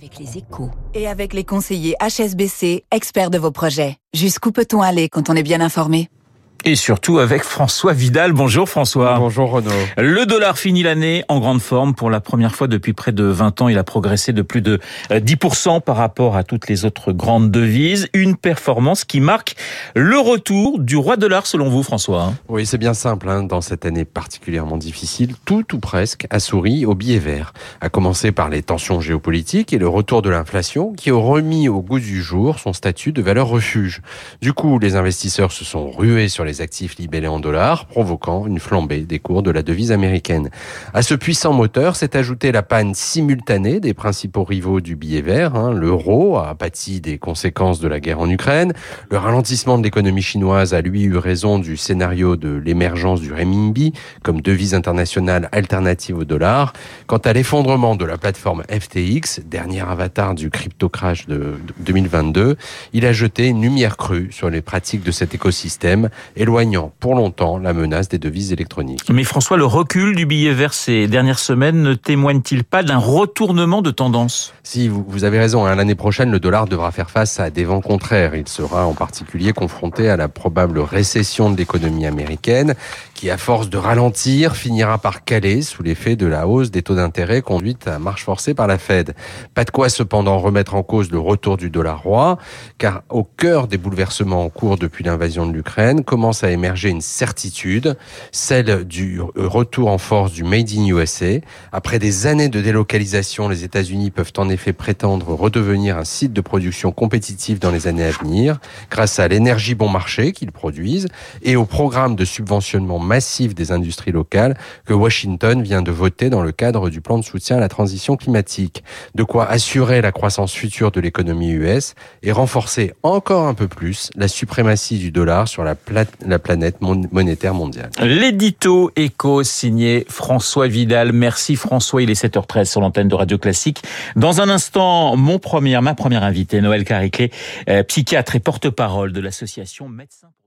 avec les Échos et avec les conseillers HSBC, experts de vos projets. Jusqu'où peut-on aller quand on est bien informé ? Et surtout avec François Vidal. Bonjour François. Bonjour Renaud. Le dollar finit l'année en grande forme. Pour la première fois depuis près de 20 ans, il a progressé de plus de 10% par rapport à toutes les autres grandes devises. Une performance qui marque le retour du roi dollar selon vous François. Oui, c'est bien simple. Dans cette année particulièrement difficile, tout ou presque a souri au billet vert. À commencer par les tensions géopolitiques et le retour de l'inflation qui ont remis au goût du jour son statut de valeur refuge. Du coup, les investisseurs se sont rués sur les actifs libellés en dollars, provoquant une flambée des cours de la devise américaine. À ce puissant moteur s'est ajoutée la panne simultanée des principaux rivaux du billet vert. L'euro a pâti des conséquences de la guerre en Ukraine. Le ralentissement de l'économie chinoise a lui eu raison du scénario de l'émergence du renminbi comme devise internationale alternative au dollar. Quant à l'effondrement de la plateforme FTX, dernier avatar du crypto-crash de 2022, il a jeté une lumière crue sur les pratiques de cet écosystème, éloignant pour longtemps la menace des devises électroniques. Mais François, le recul du billet vert ces dernières semaines ne témoigne-t-il pas d'un retournement de tendance ? Si, vous avez raison. L'année prochaine, le dollar devra faire face à des vents contraires. Il sera en particulier confronté à la probable récession de l'économie américaine qui, à force de ralentir, finira par caler sous l'effet de la hausse des taux d'intérêt conduite à marche forcée par la Fed. Pas de quoi cependant remettre en cause le retour du dollar roi, car au cœur des bouleversements en cours depuis l'invasion de l'Ukraine, commence à émerger une certitude, celle du retour en force du Made in USA. Après des années de délocalisation, les États-Unis peuvent en effet prétendre redevenir un site de production compétitif dans les années à venir, grâce à l'énergie bon marché qu'ils produisent et au programme de subventionnement massif des industries locales que Washington vient de voter dans le cadre du plan de soutien à la transition climatique. De quoi assurer la croissance future de l'économie US et renforcer encore un peu plus la suprématie du dollar sur la planète monétaire mondiale. L'édito Écho signé François Vidal. Merci François, il est 7h13 sur l'antenne de Radio Classique. Dans un instant, ma première invitée, Noël Cariclé, psychiatre et porte-parole de l'association Médecins